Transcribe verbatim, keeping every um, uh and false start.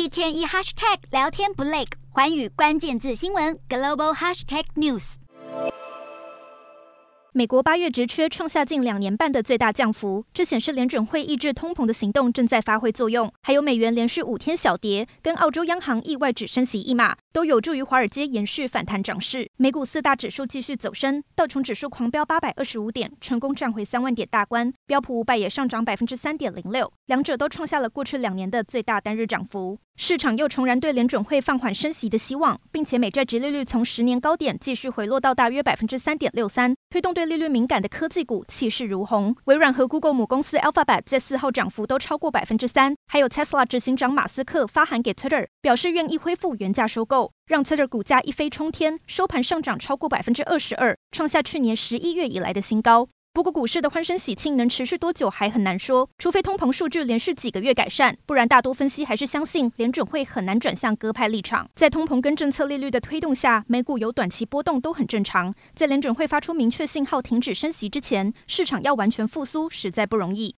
一天一 hashtag 聊天不累，寰宇关键字新闻 global hashtag news。 美国八月职缺创下近两年半的最大降幅，这显示联准会抑制通膨的行动正在发挥作用。还有美元连续五天小跌，跟澳洲央行意外只升息一码，都有助于华尔街延续反弹涨势。美股四大指数继续走升，道琼指数狂飙八百二十五点，成功站回三万点大关；标普五百也上涨百分之三点零六，两者都创下了过去两年的最大单日涨幅。市场又重燃对联准会放缓升息的希望，并且美债殖利率从十年高点继续回落到大约百分之三点六三，推动对利率敏感的科技股气势如虹。微软和 Google 母公司 Alphabet 在四号涨幅都超过百分之三，还有 Tesla 执行长马斯克发函给 Twitter， 表示愿意恢复原价收购，让 Twitter 股价一飞冲天，收盘上涨超过百分之二十二，创下去年十一月以来的新高。不过股市的欢声喜庆能持续多久还很难说，除非通膨数据连续几个月改善，不然大多分析还是相信联准会很难转向鸽派立场。在通膨跟政策利率的推动下，美股有短期波动都很正常。在联准会发出明确信号停止升息之前，市场要完全复苏实在不容易。